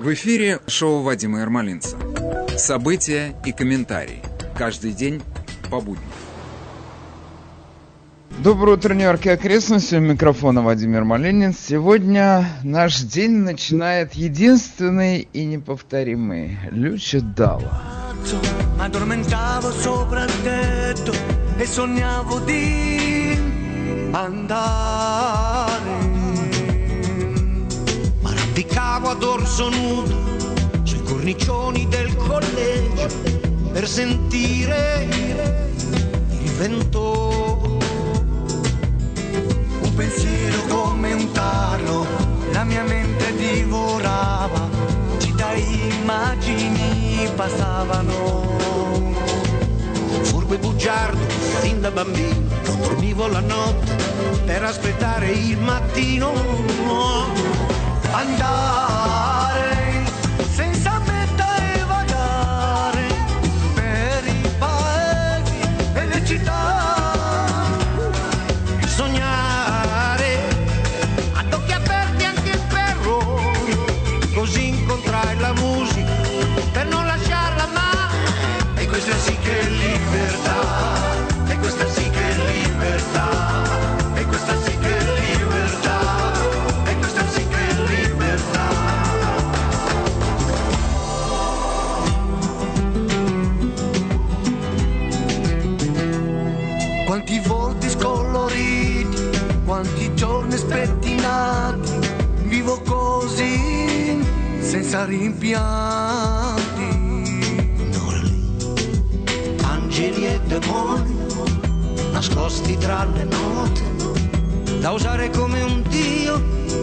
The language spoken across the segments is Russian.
В эфире шоу Вадима Ермолинца. События и комментарии. Каждый день по будням. Доброе утро, Нью-Йорк и окрестности. У микрофона Вадим Ермолинец. Сегодня наш день начинает единственный и неповторимый Лючо Далла. M'addormentavo sopra il tetto e sognavo di andare. M'arrampicavo a dorso nudo sui cornicioni del collegio per sentire il vento. Un pensiero come un tarlo, la mia mente divorava, città e immagini passavano. Furbo e bugiardo, fin da bambino, non dormivo la notte per aspettare il mattino. Andare senza meta e vagare per i paesi e le città. Sognare ad occhi aperti anche per errori, così incontrai la musica per non lasciarla mai. E questa sì che è libertà, e questa sì che è libertà, e questa sì che è libertà, e questa sì che è libertà. Quanti volti scoloriti, quanti giorni spettinati, vivo così senza rimpianti. Angeli e demoni nascosti tra le note, da usare come un dio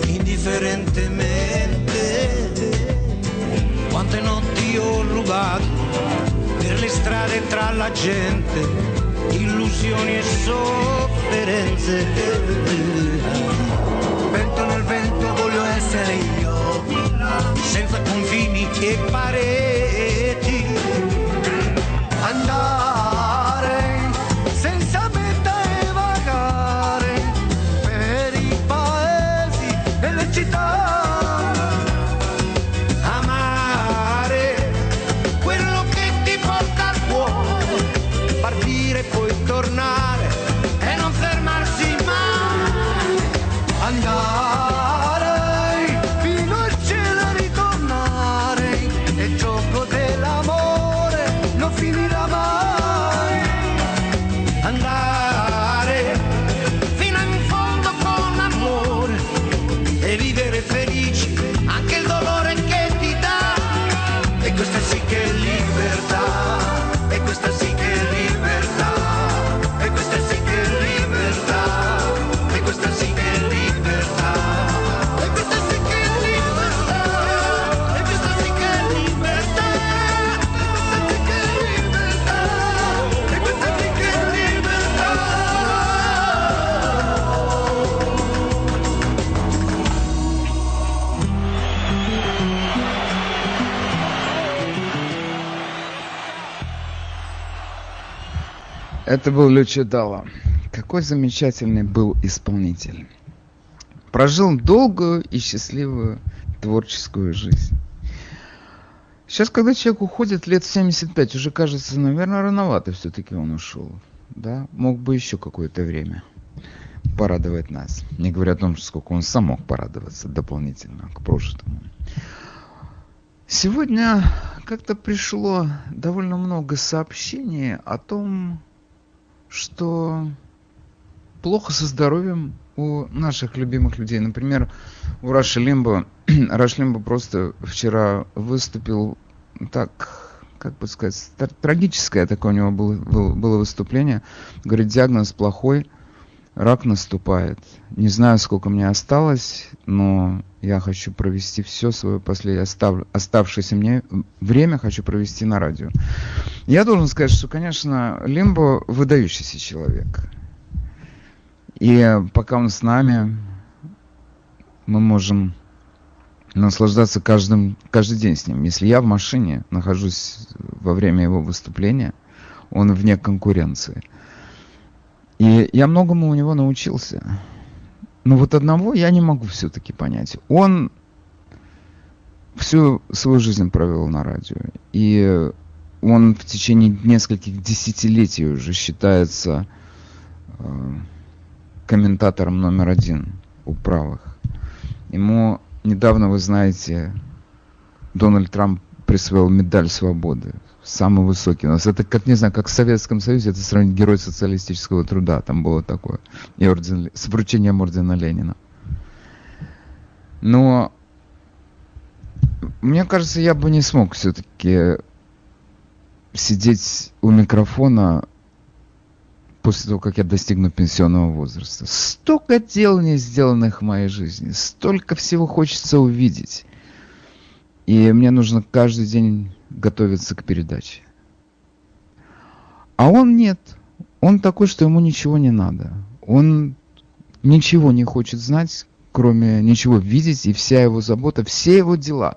indifferentemente. Quante notti ho rubato per le strade tra la gente, illusioni e sofferenze. Vento nel vento voglio essere io, senza confini e pareti. Andare senza meta e vagare per i paesi e le città. Amare quello che ti porta al cuore, partire e poi tornare e non fermarsi mai. Andare fino al cielo e ritornare, è il gioco dell'amore, non finirà mai. Andare fino in fondo con amore e vivere felici anche il dolore che ti dà. E questa sì che è libertà, e questa sì che è libertà, e questa sì che è libertà, e questa sì che è libertà, e questa sì che è libertà, e questa sì che è libertà, e questa sì che è libertà. Это был Лючо Далла. Какой замечательный был исполнитель. Прожил долгую и счастливую творческую жизнь. Сейчас, когда человек уходит лет в 75, уже кажется, наверное, рановато все-таки он ушел. Да? Мог бы еще какое-то время порадовать нас. Не говоря о том, сколько он сам мог порадоваться дополнительно к прошлому. Сегодня как-то пришло довольно много сообщений о том, что плохо со здоровьем у наших любимых людей. Например, у Раши Лимбо. Раш Лимбо просто вчера выступил так, как бы сказать, трагическое такое у него было выступление. Говорит, диагноз плохой, рак наступает. Не знаю, сколько мне осталось, но я хочу провести все свое последнее оставшееся мне время хочу провести на радио. Я должен сказать, что, конечно, Лимбо выдающийся человек. И пока он с нами, мы можем наслаждаться каждый день с ним. Если я в машине нахожусь во время его выступления, он вне конкуренции. И я многому у него научился. Но вот одного я не могу все-таки понять. Он всю свою жизнь провел на радио. И он в течение нескольких десятилетий уже считается комментатором номер 1 у правых. Ему недавно, вы знаете, Дональд Трамп присвоил медаль свободы. Самый высокий у нас. Это, как, не знаю, как в Советском Союзе, это сравнить Герой социалистического труда. Там было такое. И орден, с вручением ордена Ленина. Но мне кажется, я бы не смог все-таки сидеть у микрофона после того, как я достигну пенсионного возраста. Столько дел не сделанных в моей жизни. Столько всего хочется увидеть. И мне нужно каждый день готовиться к передаче. А он нет. Он такой, что ему ничего не надо. Он ничего не хочет знать, кроме ничего видеть, и вся его забота, все его дела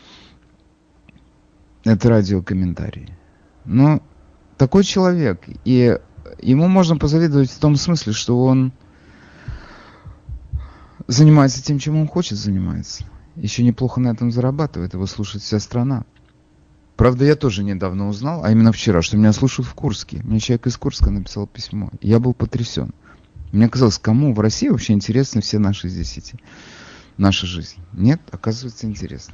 — это радиокомментарии. Ну, такой человек. И ему можно позавидовать в том смысле, что он занимается тем, чем он хочет заниматься. Еще неплохо на этом зарабатывает, его слушает вся страна. Правда, я тоже недавно узнал, а именно вчера, что меня слушают в Курске. Мне человек из Курска написал письмо. Я был потрясен. Мне казалось, кому в России вообще интересны все наши здесь эти, наша жизнь? Нет, оказывается, интересно.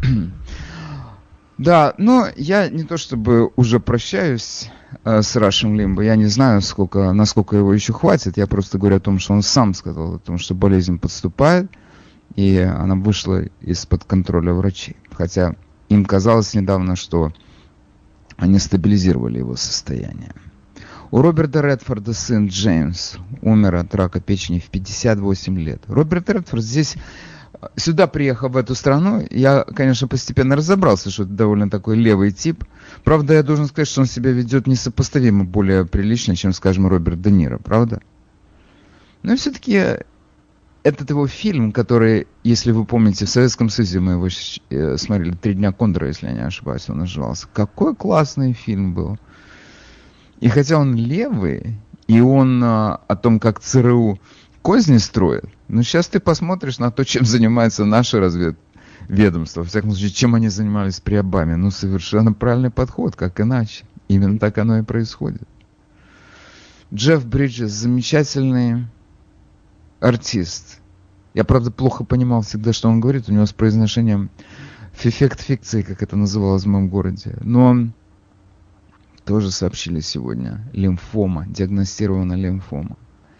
Да, но я не то чтобы уже прощаюсь с Рашем Лимбо. Я не знаю, насколько его еще хватит. Я просто говорю о том, что он сам сказал, о том, что болезнь подступает, и она вышла из-под контроля врачей. Хотя им казалось недавно, что они стабилизировали его состояние. У Роберта Редфорда сын Джеймс умер от рака печени в 58 лет. Роберт Редфорд сюда приехав в эту страну, я, конечно, постепенно разобрался, что это довольно такой левый тип. Правда, я должен сказать, что он себя ведет несопоставимо более прилично, чем, скажем, Роберт Де Ниро, правда? Но все-таки этот его фильм, который, если вы помните, в Советском Союзе мы его смотрели «3 дня Кондора», если я не ошибаюсь, он назывался. Какой классный фильм был. И хотя он левый, и он о том, как ЦРУ козни строит, но сейчас ты посмотришь на то, чем занимается наше разведведомство. Во всяком случае, чем они занимались при Обаме. Ну, совершенно правильный подход, как иначе. Именно так оно и происходит. Джефф Бриджес замечательный артист. Я, правда, плохо понимал всегда, что он говорит. У него с произношением эффект фикции, как это называлось в моем городе. Но тоже сообщили сегодня. Лимфома. Диагностирована лимфома.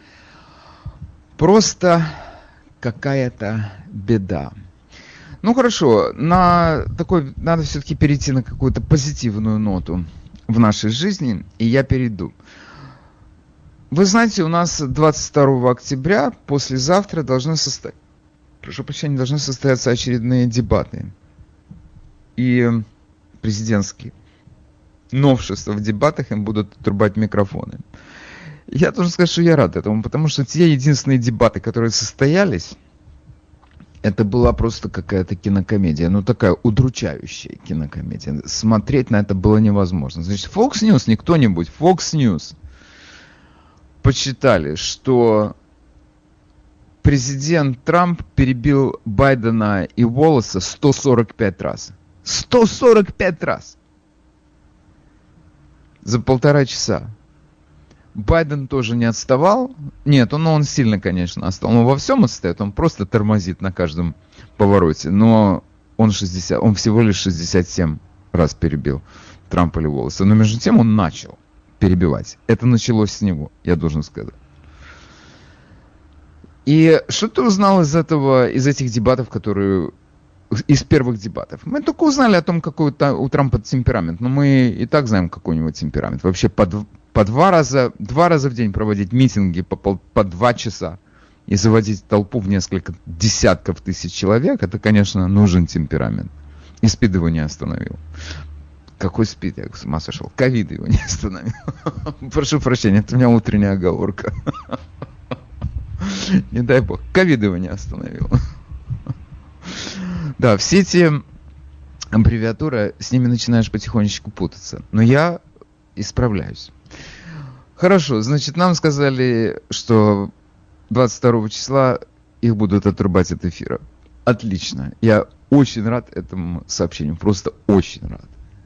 Просто какая-то беда. Ну хорошо, надо все-таки перейти на какую-то позитивную ноту в нашей жизни, и я перейду. Вы знаете, у нас 22 октября, послезавтра, должны состояться очередные дебаты. И президентские новшества в дебатах, им будут отрубать микрофоны. Я должен сказать, что я рад этому, потому что те единственные дебаты, которые состоялись, это была просто какая-то кинокомедия, ну такая удручающая кинокомедия. Смотреть на это было невозможно. Значит, Fox News, не кто-нибудь, Fox News подсчитали, что президент Трамп перебил Байдена и Уоллеса 145 раз. 145 раз! За 1,5 часа. Байден тоже не отставал. Нет, он сильно, конечно, отстал. Он во всем отстает, он просто тормозит на каждом повороте. Но он всего лишь 67 раз перебил Трампа или Уоллеса. Но между тем он начал перебивать. Это началось с него, я должен сказать. И что ты узнал из этих дебатов, из первых дебатов? Мы только узнали о том, какой у Трампа темперамент. Но мы и так знаем, какой у него темперамент. Вообще по 2 раза в день проводить митинги по 2 часа и заводить толпу в несколько десятков тысяч человек, это, конечно, нужен темперамент. И СПИД его не остановил. Какой СПИД? Я с ума сошел. ковид его не остановил. Прошу прощения, это у меня утренняя оговорка. Не дай бог. ковид его не остановил. Да, все эти аббревиатуры, с ними начинаешь потихонечку путаться. Но я исправляюсь. Хорошо, значит, нам сказали, что 22 числа их будут отрубать от эфира. Отлично. Я очень рад этому сообщению, просто очень рад.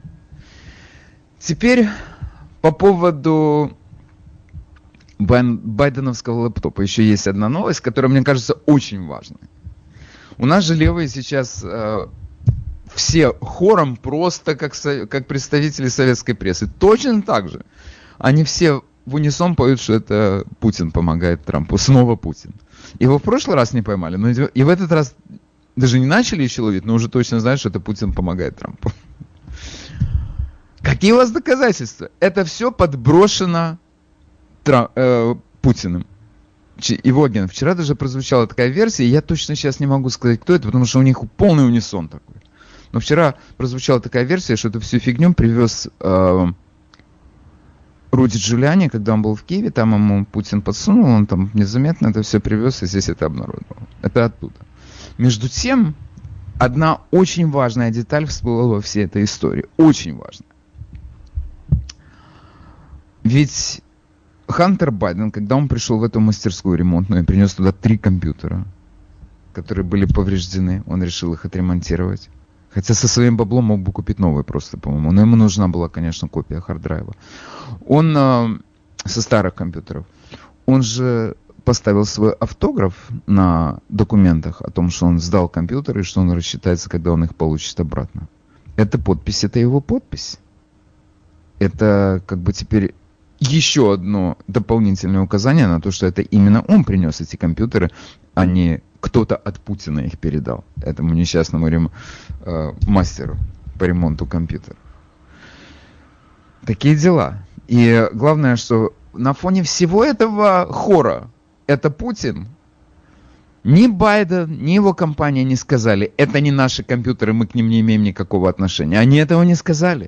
Теперь по поводу байденовского лэптопа еще есть одна новость, которая, мне кажется, очень важной. У нас же левые сейчас все хором просто как представители советской прессы. Точно так же. Они все в унисон поют, что это Путин помогает Трампу. Снова Путин. Его в прошлый раз не поймали, но и в этот раз даже не начали еще ловить, но уже точно знают, что это Путин помогает Трампу. Какие у вас доказательства? Это все подброшено Путиным. Его агент. Вчера даже прозвучала такая версия, я точно сейчас не могу сказать, кто это, потому что у них полный унисон такой. Но вчера прозвучала такая версия, что эту всю фигню привез Руди Джулиани, когда он был в Киеве, там ему Путин подсунул, он там незаметно это все привез и здесь это обнародовал. Это оттуда. Между тем, одна очень важная деталь всплыла во всей этой истории. Очень важная. Ведь Хантер Байден, когда он пришел в эту мастерскую ремонтную и принес туда 3 компьютера, которые были повреждены, он решил их отремонтировать. Хотя со своим баблом мог бы купить новые просто, по-моему. Но ему нужна была, конечно, копия харддрайва. Он со старых компьютеров, он же поставил свой автограф на документах о том, что он сдал компьютеры и что он рассчитается, когда он их получит обратно. Эта подпись, это его подпись. Это как бы теперь еще одно дополнительное указание на то, что это именно он принес эти компьютеры, а не кто-то от Путина их передал этому несчастному мастеру по ремонту компьютеров. Такие дела. И главное, что на фоне всего этого хора это Путин, ни Байден, ни его компания не сказали, это не наши компьютеры, мы к ним не имеем никакого отношения. Они этого не сказали.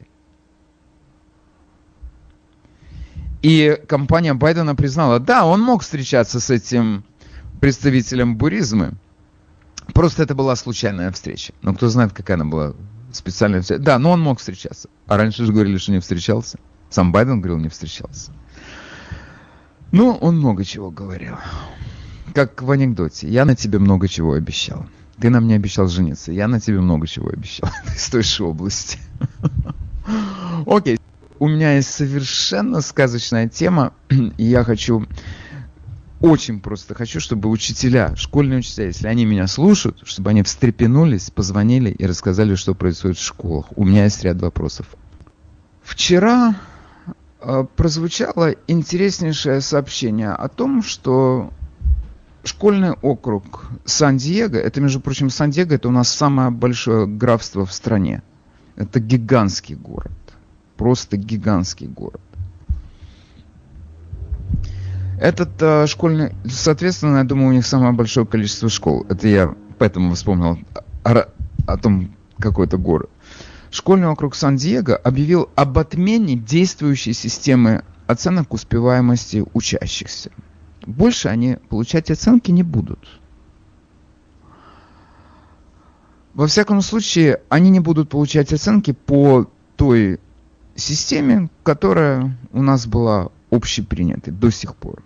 И компания Байдена признала, да, он мог встречаться с этим представителем буризмы. Просто это была случайная встреча. Но кто знает, какая она была специальная встреча. Да, но он мог встречаться. А раньше же говорили, что не встречался. Сам Байден говорил, не встречался. Ну, он много чего говорил. Как в анекдоте. Я на тебе много чего обещал. Ты нам не обещал жениться. Я на тебе много чего обещал. Из той же области. Окей. У меня есть совершенно сказочная тема, и я очень просто хочу, чтобы учителя, школьные учителя, если они меня слушают, чтобы они встрепенулись, позвонили и рассказали, что происходит в школах. У меня есть ряд вопросов. Вчера прозвучало интереснейшее сообщение о том, что школьный округ Сан-Диего, это, между прочим, Сан-Диего, это у нас самое большое графство в стране. Это гигантский город. Просто гигантский город. Этот школьный... Соответственно, я думаю, у них самое большое количество школ. Это я поэтому вспомнил о том, какой это город. Школьный округ Сан-Диего объявил об отмене действующей системы оценок успеваемости учащихся. Больше они получать оценки не будут. Во всяком случае, они не будут получать оценки по той системе, которая у нас была общепринятой до сих пор.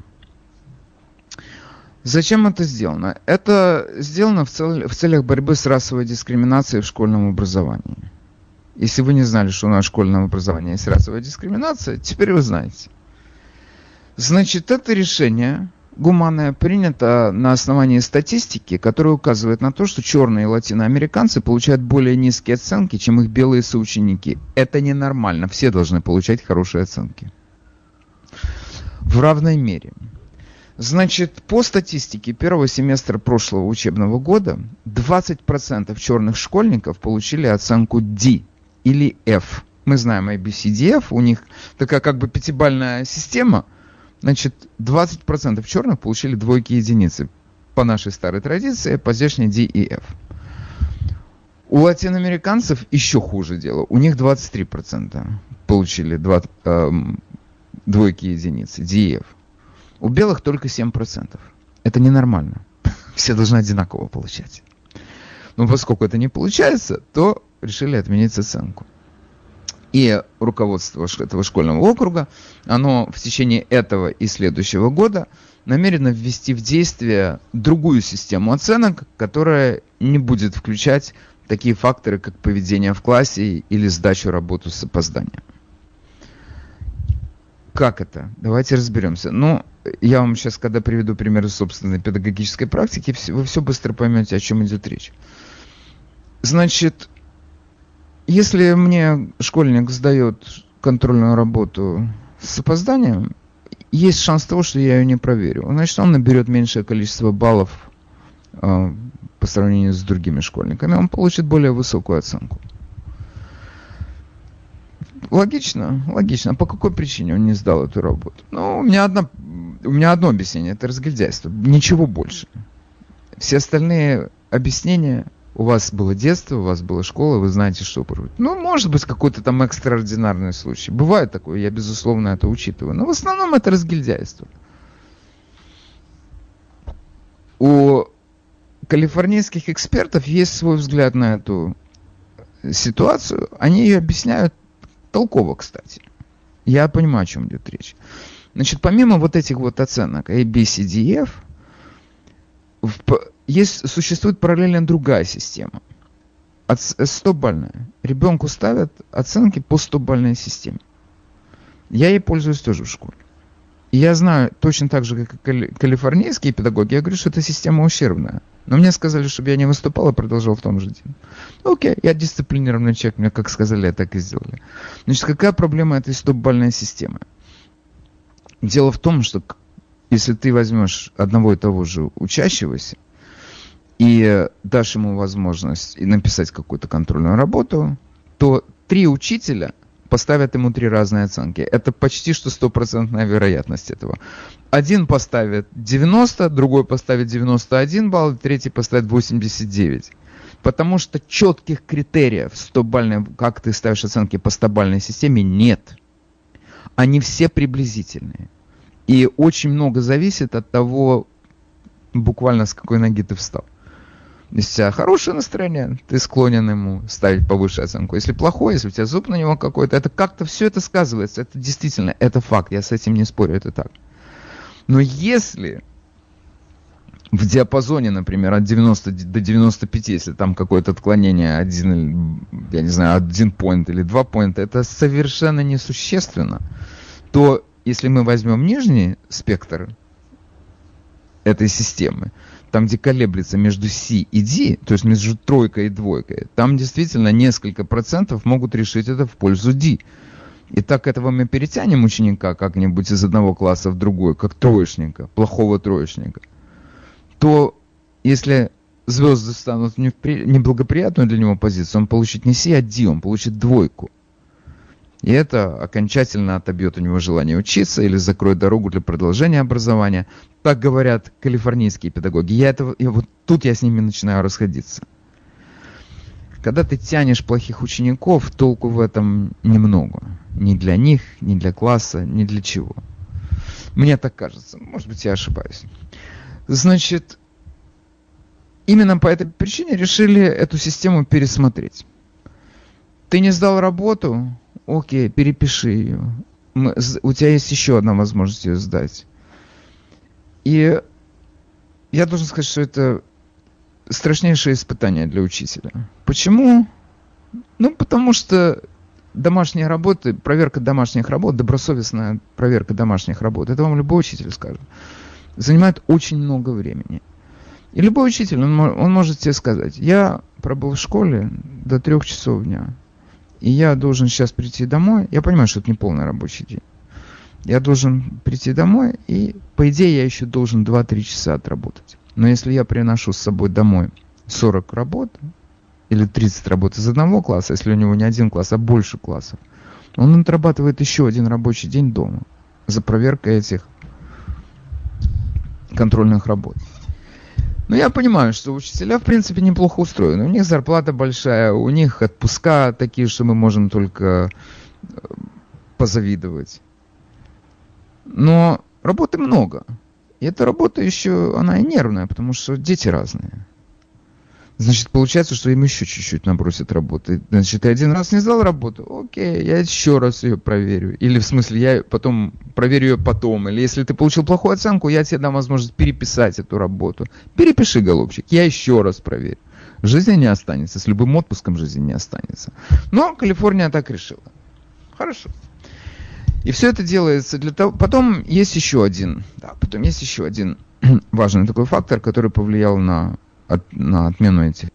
Зачем это сделано? Это сделано в целях борьбы с расовой дискриминацией в школьном образовании. Если вы не знали, что у нас в школьном образовании есть расовая дискриминация, теперь вы знаете. Значит, это решение гуманное принято на основании статистики, которая указывает на то, что черные латиноамериканцы получают более низкие оценки, чем их белые соученики. Это ненормально. Все должны получать хорошие оценки. В равной мере. Значит, по статистике первого семестра прошлого учебного года 20% черных школьников получили оценку D или F. Мы знаем ABCDF, у них такая как бы пятибалльная система. Значит, 20% черных получили двойки и единицы. По нашей старой традиции, по здешней D и F. У латиноамериканцев еще хуже дело. У них 23% получили двойки и единицы, D и F. У белых только 7%. Это ненормально. Все должны одинаково получать. Но поскольку это не получается, то решили отменить оценку. И руководство этого школьного округа, оно в течение этого и следующего года намерено ввести в действие другую систему оценок, которая не будет включать такие факторы, как поведение в классе или сдачу работы с опозданием. Как это? Давайте разберемся. Ну, я вам сейчас, когда приведу примеры собственной педагогической практики, вы все быстро поймете, о чем идет речь. Значит, если мне школьник сдает контрольную работу с опозданием, есть шанс того, что я ее не проверю. Значит, он наберет меньшее количество баллов по сравнению с другими школьниками. Он получит более высокую оценку. Логично, логично. По какой причине он не сдал эту работу? Ну, у меня одно объяснение. Это разгильдяйство. Ничего больше. Все остальные объяснения... У вас было детство, у вас была школа, вы знаете, что происходит. Ну, может быть, какой-то там экстраординарный случай. Бывает такое, я, безусловно, это учитываю. Но в основном это разгильдяйство. У калифорнийских экспертов есть свой взгляд на эту ситуацию. Они ее объясняют толково, кстати. Я понимаю, о чем идет речь. Значит, помимо вот этих вот оценок A, B, C, D, F, существует параллельно другая система. 100-бальная. Ребенку ставят оценки по 100-бальной системе. Я ей пользуюсь тоже в школе. И я знаю, точно так же, как и калифорнийские педагоги, я говорю, что эта система ущербная. Но мне сказали, чтобы я не выступал и продолжал в том же день. Окей, я дисциплинированный человек, мне как сказали, так и сделали. Значит, какая проблема этой 100-бальной системы? Дело в том, что если ты возьмешь одного и того же учащегося и дашь ему возможность написать какую-то контрольную работу, то 3 учителя поставят ему 3 разные оценки. Это почти что 100% вероятность этого. Один поставит 90, другой поставит 91 балл, третий поставит 89. Потому что четких критериев 100-бальной, как ты ставишь оценки по 100-бальной системе, нет. Они все приблизительные. И очень много зависит от того, буквально с какой ноги ты встал. Если у тебя хорошее настроение, ты склонен ему ставить повыше оценку. Если плохое, если у тебя зуб на него какой-то, это как-то все это сказывается. Это действительно, это факт, я с этим не спорю, это так. Но если в диапазоне, например, от 90 до 95, если там какое-то отклонение 1 поинт или 2 поинта, это совершенно несущественно, то если мы возьмем нижний спектр этой системы, там, где колеблется между C и D, то есть между 3 и 2, там действительно несколько процентов могут решить это в пользу D. И так этого мы перетянем ученика как-нибудь из одного класса в другой, как троечника, плохого троечника, то если звезды станут в неблагоприятную для него позицию, он получит не C, а D, он получит 2. И это окончательно отобьет у него желание учиться или закроет дорогу для продолжения образования. Так говорят калифорнийские педагоги. Вот тут я с ними начинаю расходиться. Когда ты тянешь плохих учеников, толку в этом немного. Ни для них, ни для класса, ни для чего. Мне так кажется. Может быть, я ошибаюсь. Значит, именно по этой причине решили эту систему пересмотреть. Ты не сдал работу? Окей, перепиши ее. У тебя есть еще одна возможность ее сдать. И я должен сказать, что это страшнейшее испытание для учителя. Почему? Ну, потому что домашние работы, проверка домашних работ, добросовестная проверка домашних работ, это вам любой учитель скажет, занимает очень много времени. И любой учитель, он может тебе сказать, я пробыл в школе до 3 часов дня. И я должен сейчас прийти домой. Я понимаю, что это не полный рабочий день. Я должен прийти домой, и, по идее, я еще должен 2-3 часа отработать. Но если я приношу с собой домой 40 работ, или 30 работ из одного класса, если у него не один класс, а больше классов, он отрабатывает еще один рабочий день дома за проверкой этих контрольных работ. Но я понимаю, что учителя, в принципе, неплохо устроены. У них зарплата большая, у них отпуска такие, что мы можем только позавидовать. Но работы много. И эта работа еще, она и нервная, потому что дети разные. Значит, получается, что им еще чуть-чуть набросят работы. Значит, ты один раз не сдал работу? Окей, я еще раз ее проверю. Или в смысле, я потом проверю ее потом. Или если ты получил плохую оценку, я тебе дам возможность переписать эту работу. Перепиши, голубчик, я еще раз проверю. Жизни не останется, с любым отпуском жизни не останется. Но Калифорния так решила. Хорошо. И все это делается для того... Потом есть еще один важный такой фактор, который повлиял на отмену этих.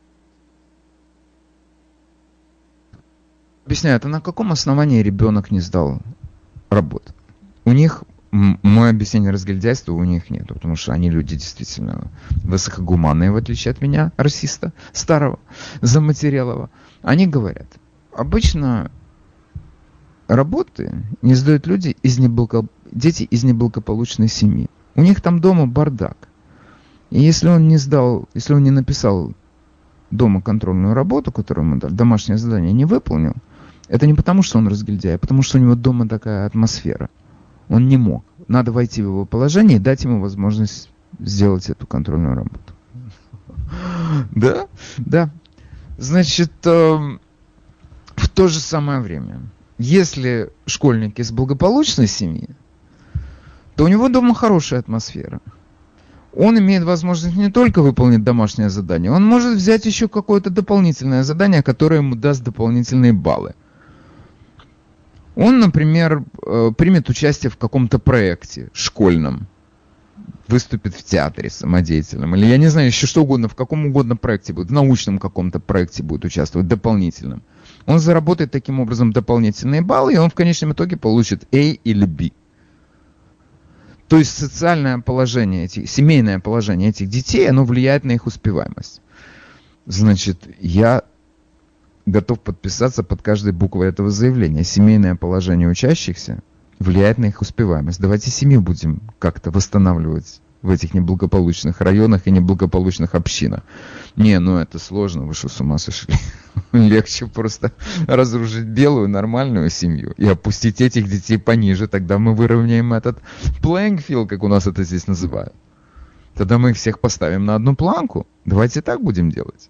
Объясняют, а на каком основании ребенок не сдал работу? У них, мое объяснение разгильдяйства у них нет, потому что они люди действительно высокогуманные, в отличие от меня, расиста, старого, заматерелого. Они говорят, обычно работы не сдают дети из неблагополучной семьи. У них там дома бардак. И если он не написал дома контрольную работу, которую ему дали, домашнее задание не выполнил, это не потому, что он разгильдяй, а потому, что у него дома такая атмосфера. Он не мог. Надо войти в его положение и дать ему возможность сделать эту контрольную работу. Да? Да. Значит, в то же самое время, если школьник из благополучной семьи, то у него дома хорошая атмосфера. Он имеет возможность не только выполнить домашнее задание, он может взять еще какое-то дополнительное задание, которое ему даст дополнительные баллы. Он, например, примет участие в каком-то проекте школьном, выступит в театре самодеятельном, или я не знаю, еще что угодно, в каком угодно проекте будет, в научном каком-то проекте будет участвовать, дополнительном. Он заработает таким образом дополнительные баллы, и он в конечном итоге получит A или B. То есть социальное положение, семейное положение этих детей, оно влияет на их успеваемость. Значит, я готов подписаться под каждой буквой этого заявления. Семейное положение учащихся влияет на их успеваемость. Давайте семью будем как-то восстанавливать в этих неблагополучных районах и неблагополучных общинах. Не, это сложно, вы что, с ума сошли? Легче просто разрушить белую нормальную семью и опустить этих детей пониже, тогда мы выровняем этот playing field, как у нас это здесь называют. Тогда мы их всех поставим на одну планку. Давайте так будем делать.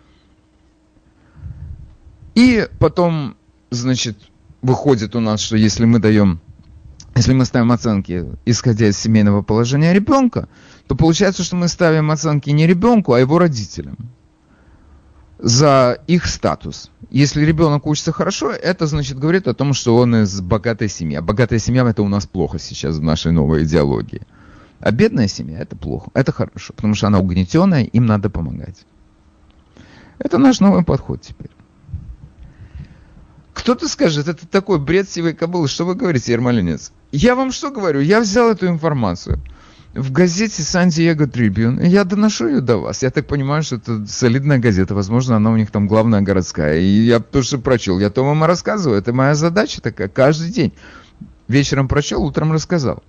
И потом, значит, выходит у нас, что если мы ставим оценки, исходя из семейного положения ребенка, то получается, что мы ставим оценки не ребенку, а его родителям за их статус. Если ребенок учится хорошо, это, значит, говорит о том, что он из богатой семьи. А богатая семья – это у нас плохо сейчас в нашей новой идеологии. А бедная семья – это плохо, это хорошо, потому что она угнетенная, им надо помогать. Это наш новый подход теперь. Кто-то скажет, это такой бред сивой кобылы, что вы говорите, Ермолинец? Я вам что говорю? Я взял эту информацию в газете Сан-Диего Трибюн, и я доношу ее до вас. Я так понимаю, что это солидная газета, возможно, она у них там главная городская. И я то, что прочел, я то вам и рассказываю. Это моя задача такая, каждый день. Вечером прочел, утром рассказал.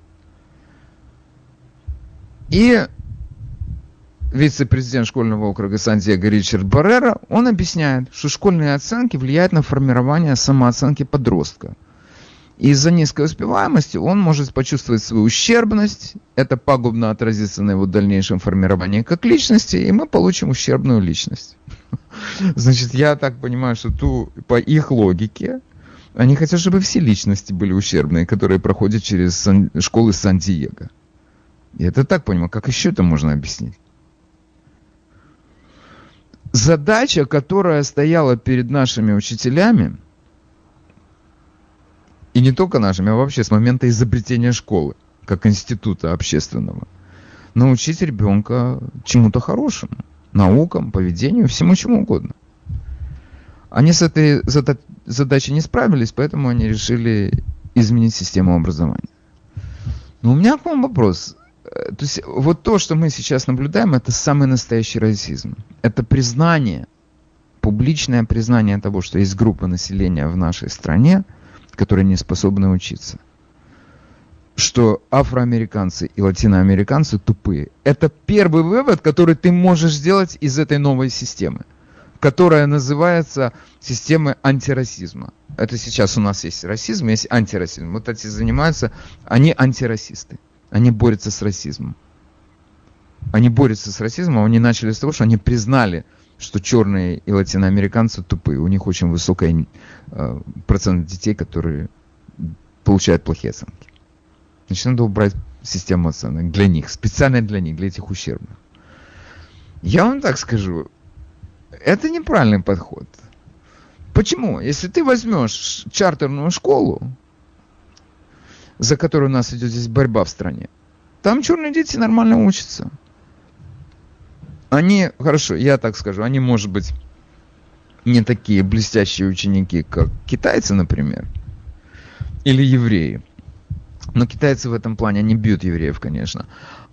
И вице-президент школьного округа Сан-Диего Ричард Баррера, он объясняет, что школьные оценки влияют на формирование самооценки подростка. И из-за низкой успеваемости он может почувствовать свою ущербность, это пагубно отразится на его дальнейшем формировании как личности, и мы получим ущербную личность. Значит, я так понимаю, что по их логике, они хотят, чтобы все личности были ущербные, которые проходят через школы Сан-Диего. Я это так понимаю, как еще это можно объяснить? Задача, которая стояла перед нашими учителями, и не только нашими, а вообще с момента изобретения школы, как института общественного, научить ребенка чему-то хорошему, наукам, поведению, всему чему угодно. Они с этой задачей не справились, поэтому они решили изменить систему образования. Но у меня к вам вопрос. То есть вот то, что мы сейчас наблюдаем, это самый настоящий расизм. Это признание, публичное признание того, что есть группа населения в нашей стране, которые не способны учиться. Что афроамериканцы и латиноамериканцы тупые. Это первый вывод, который ты можешь сделать из этой новой системы, которая называется системой антирасизма. Это сейчас у нас есть расизм, есть антирасизм. Вот эти занимаются, они антирасисты. Они борются с расизмом. Они борются с расизмом, они начали с того, что они признали, что черные и латиноамериканцы тупые. У них очень высокий процент детей, которые получают плохие оценки. Значит, надо убрать систему оценок для них, специально для них, для этих ущербных. Я вам так скажу, Это неправильный подход. Почему? Если ты возьмешь чартерную школу, за которую у нас идет здесь борьба в стране, там черные дети нормально учатся. Они, хорошо, я так скажу, они, может быть, не такие блестящие ученики, как китайцы, например, или евреи. Но китайцы в этом плане, они бьют евреев, конечно.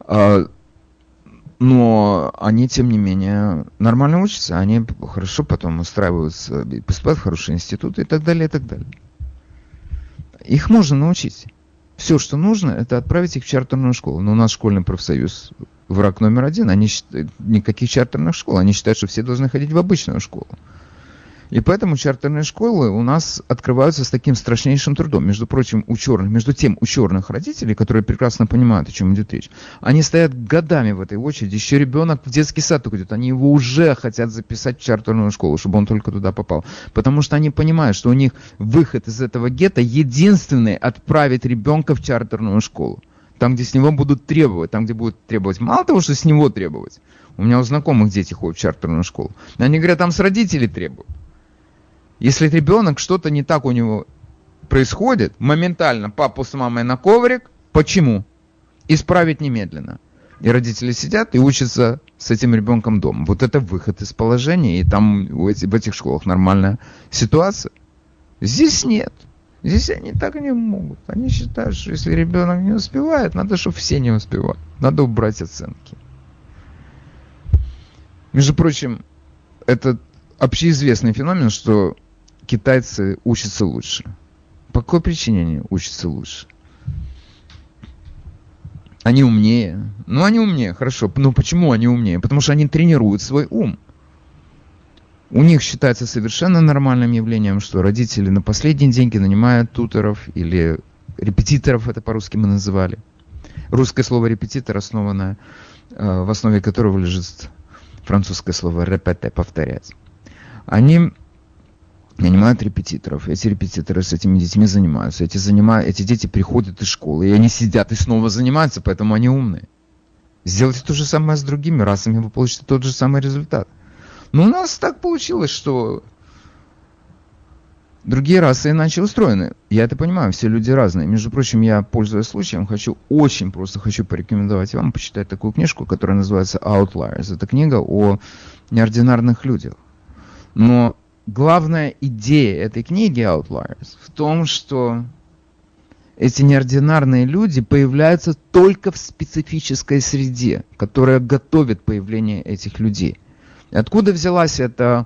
Но они, тем не менее, нормально учатся. Они хорошо потом устраиваются, поступают в хорошие институты и так далее, и так далее. Их можно научить. Все, что нужно, это отправить их в чартерную школу. Но у нас школьный профсоюз враг номер один. Они считают, никаких чартерных школ. Они считают, что все должны ходить в обычную школу. И поэтому чартерные школы у нас открываются с таким страшнейшим трудом. Между прочим, у черных родителей, которые прекрасно понимают, о чем идет речь, они стоят годами в этой очереди. Еще ребенок в детский сад идет, они его уже хотят записать в чартерную школу, чтобы он только туда попал. Потому что они понимают, что у них выход из этого гетто единственный — отправить ребенка в чартерную школу. Там, где с него будут требовать, там, где будут требовать, мало того, что с него требовать. У меня у знакомых дети ходят в чартерную школу. Они говорят, там с родителей требуют. Если ребенок, что-то не так у него происходит, моментально папу с мамой на коврик. Почему? Исправить немедленно. И родители сидят и учатся с этим ребенком дома. Вот это выход из положения, и там в этих школах нормальная ситуация. Здесь нет. Здесь они так не могут. Они считают, что если ребенок не успевает, надо, чтобы все не успевали. Надо убрать оценки. Между прочим, это общеизвестный феномен, что китайцы учатся лучше. По какой причине они учатся лучше? Они умнее. Ну, они умнее, хорошо. Но почему они умнее? Потому что они тренируют свой ум. У них считается совершенно нормальным явлением, что родители на последние деньги нанимают туторов или репетиторов, это по-русски мы называли. Русское слово «репетитор», основанное, в основе которого лежит французское слово «репете», повторять. Они нанимают репетиторов. Эти репетиторы с этими детьми занимаются. Эти дети приходят из школы, и они сидят и снова занимаются, поэтому они умные. Сделайте то же самое с другими расами, вы получите тот же самый результат. Но у нас так получилось, что другие расы иначе устроены. Я это понимаю, все люди разные. Между прочим, я, пользуясь случаем, очень хочу порекомендовать вам почитать такую книжку, которая называется «Outliers». Это книга о неординарных людях. Но главная идея этой книги Outliers в том, что эти неординарные люди появляются только в специфической среде, которая готовит появление этих людей. И откуда взялась эта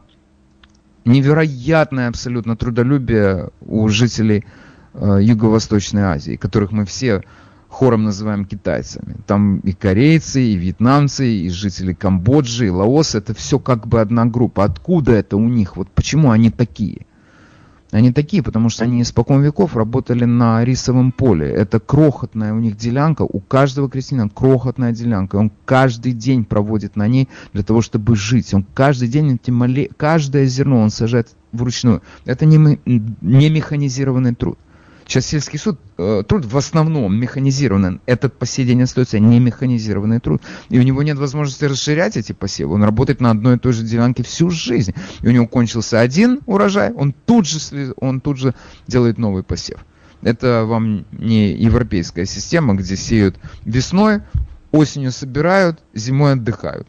невероятное абсолютно трудолюбие у жителей Юго-Восточной Азии, которых мы все хором называем китайцами. Там и корейцы, и вьетнамцы, и жители Камбоджи, и Лаоса. Это все как бы одна группа. Откуда это у них? Вот почему они такие? Они такие, потому что они испокон веков работали на рисовом поле. Это крохотная у них делянка, у каждого крестьянина крохотная делянка. Он каждый день проводит на ней для того, чтобы жить. Он каждый день, каждое зерно он сажает вручную. Это не механизированный труд. Сейчас сельский труд в основном механизированный. Этот по сей день остается не механизированный труд. И у него нет возможности расширять эти посевы. Он работает на одной и той же делянке всю жизнь. И у него кончился один урожай, он тут же делает новый посев. Это вам не европейская система, где сеют весной, осенью собирают, зимой отдыхают.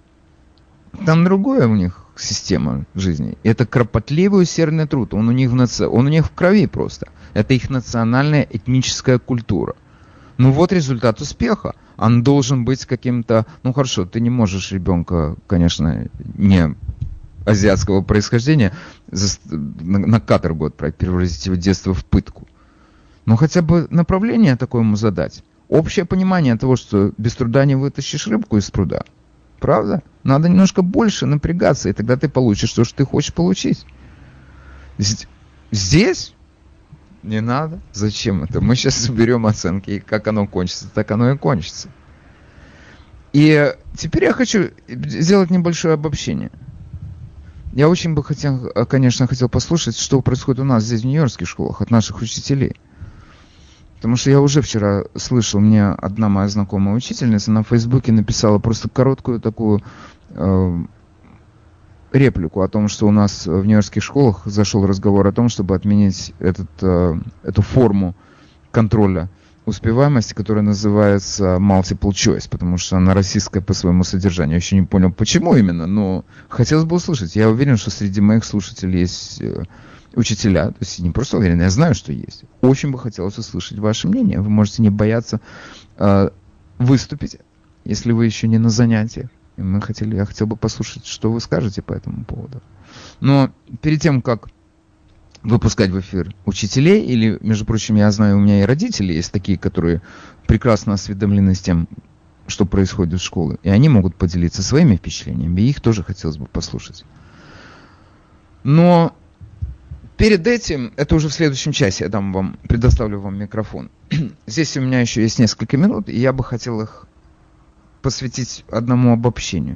Там другое у них система жизни. Это кропотливый усердный труд. Он у них в крови просто. Это их национальная этническая культура. Ну вот результат успеха. Он должен быть каким-то... Ну хорошо, ты не можешь ребенка, конечно, не азиатского происхождения на каторгу отправить, превратить его детство в пытку. Но хотя бы направление такое ему задать. Общее понимание того, что без труда не вытащишь рыбку из пруда. Правда? Надо немножко больше напрягаться, и тогда ты получишь то, что ты хочешь получить. Здесь не надо. Зачем это? Мы сейчас заберем оценки, и как оно кончится, так оно и кончится. И теперь я хочу сделать небольшое обобщение. Я очень бы хотел послушать, что происходит у нас здесь в нью-йоркских школах от наших учителей. Потому что я уже вчера слышал, мне одна моя знакомая учительница на Фейсбуке написала просто короткую такую реплику о том, что у нас в нью-йоркских школах зашел разговор о том, чтобы отменить эту форму контроля успеваемости, которая называется multiple choice, потому что она российская по своему содержанию. Я еще не понял, почему именно, но хотелось бы услышать. Я уверен, что среди моих слушателей есть учителя, то есть не просто уверен, я знаю, что есть. Очень бы хотелось услышать ваше мнение. Вы можете не бояться выступить, если вы еще не на занятиях. Я хотел бы послушать, что вы скажете по этому поводу. Но перед тем, как выпускать в эфир учителей, или, между прочим, я знаю, у меня и родители есть такие, которые прекрасно осведомлены с тем, что происходит в школе, и они могут поделиться своими впечатлениями, и их тоже хотелось бы послушать. Но перед этим, это уже в следующем часе, я предоставлю вам микрофон. Здесь у меня еще есть несколько минут, и я бы хотел их посвятить одному обобщению.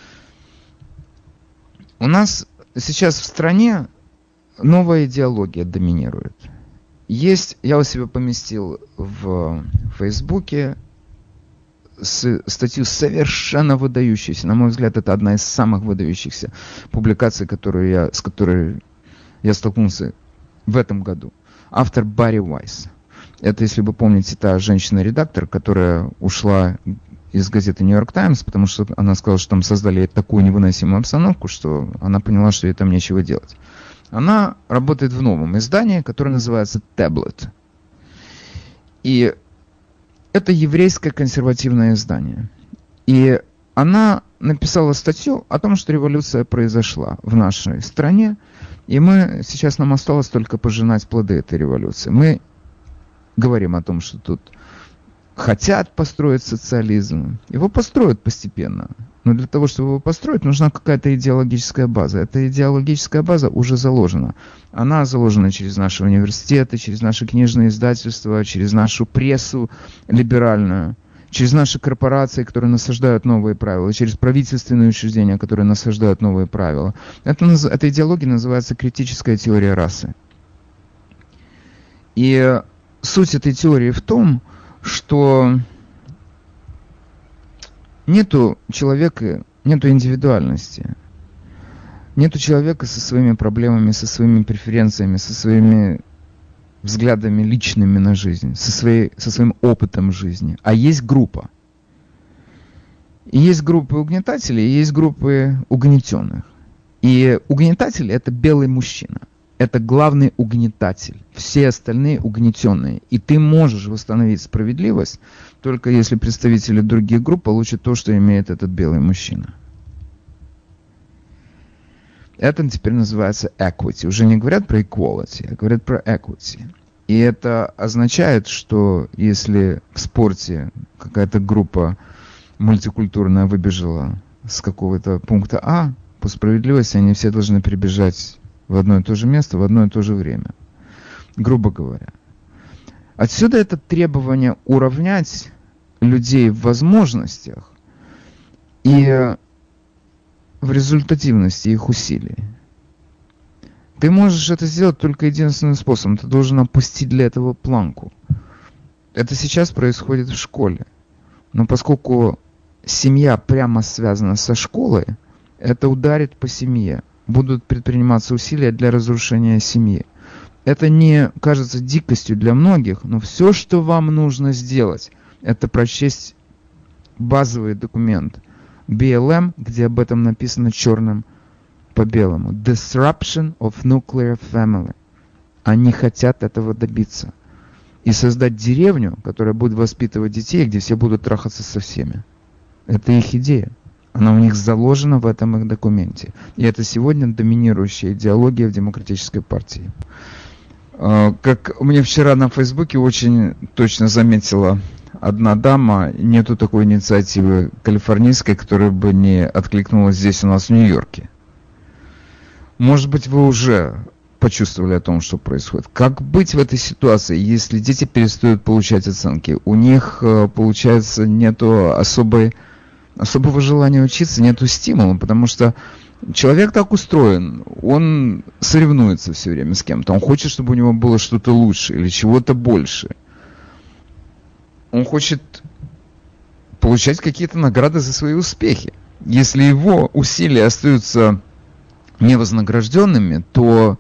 У нас сейчас в стране новая идеология доминирует. Я у себя поместил в Фейсбуке статью совершенно выдающуюся. На мой взгляд, это одна из самых выдающихся публикаций, с которой я столкнулся в этом году. Автор Барри Уайс. Это, если вы помните, та женщина-редактор, которая ушла из газеты «Нью-Йорк Таймс», потому что она сказала, что там создали такую невыносимую обстановку, что она поняла, что ей там нечего делать. Она работает в новом издании, которое называется «Таблет». И это еврейское консервативное издание. И она написала статью о том, что революция произошла в нашей стране, и нам осталось только пожинать плоды этой революции. Мы говорим о том, что тут хотят построить социализм. Его построят постепенно. Но для того, чтобы его построить, нужна какая-то идеологическая база. Эта идеологическая база уже заложена. Она заложена через наши университеты, через наши книжные издательства, через нашу прессу либеральную, через наши корпорации, которые насаждают новые правила, через правительственные учреждения, которые насаждают новые правила. Эта идеология называется критическая теория расы. И суть этой теории в том, что нету человека, нету индивидуальности. Нету человека со своими проблемами, со своими преференциями, со своими взглядами личными на жизнь, со своим опытом жизни. А есть группа. И есть группы угнетателей, и есть группы угнетенных. И угнетатель – это белый мужчина. Это главный угнетатель. Все остальные угнетенные. И ты можешь восстановить справедливость, только если представители других групп получат то, что имеет этот белый мужчина. Это теперь называется equity. Уже не говорят про equality, а говорят про equity. И это означает, что если в спорте какая-то группа мультикультурная выбежала с какого-то пункта А, по справедливости они все должны перебежать в одно и то же место, в одно и то же время. Грубо говоря. Отсюда это требование уравнять людей в возможностях и в результативности их усилий. Ты можешь это сделать только единственным способом. Ты должен опустить для этого планку. Это сейчас происходит в школе. Но поскольку семья прямо связана со школой, это ударит по семье. Будут предприниматься усилия для разрушения семьи. Это не кажется дикостью для многих, но все, что вам нужно сделать, это прочесть базовый документ BLM, где об этом написано черным по белому. Disruption of Nuclear Family. Они хотят этого добиться. И создать деревню, которая будет воспитывать детей, где все будут трахаться со всеми. Это их идея. Она у них заложена в этом их документе. И это сегодня доминирующая идеология в Демократической партии. Как мне вчера на Фейсбуке очень точно заметила одна дама, нету такой инициативы калифорнийской, которая бы не откликнулась здесь у нас в Нью-Йорке. Может быть, вы уже почувствовали о том, что происходит. Как быть в этой ситуации, если дети перестают получать оценки? У них, получается, нету особого желания учиться, нету стимула, потому что человек так устроен, он соревнуется все время с кем-то, он хочет, чтобы у него было что-то лучше или чего-то больше. Он хочет получать какие-то награды за свои успехи. Если его усилия остаются невознагражденными, то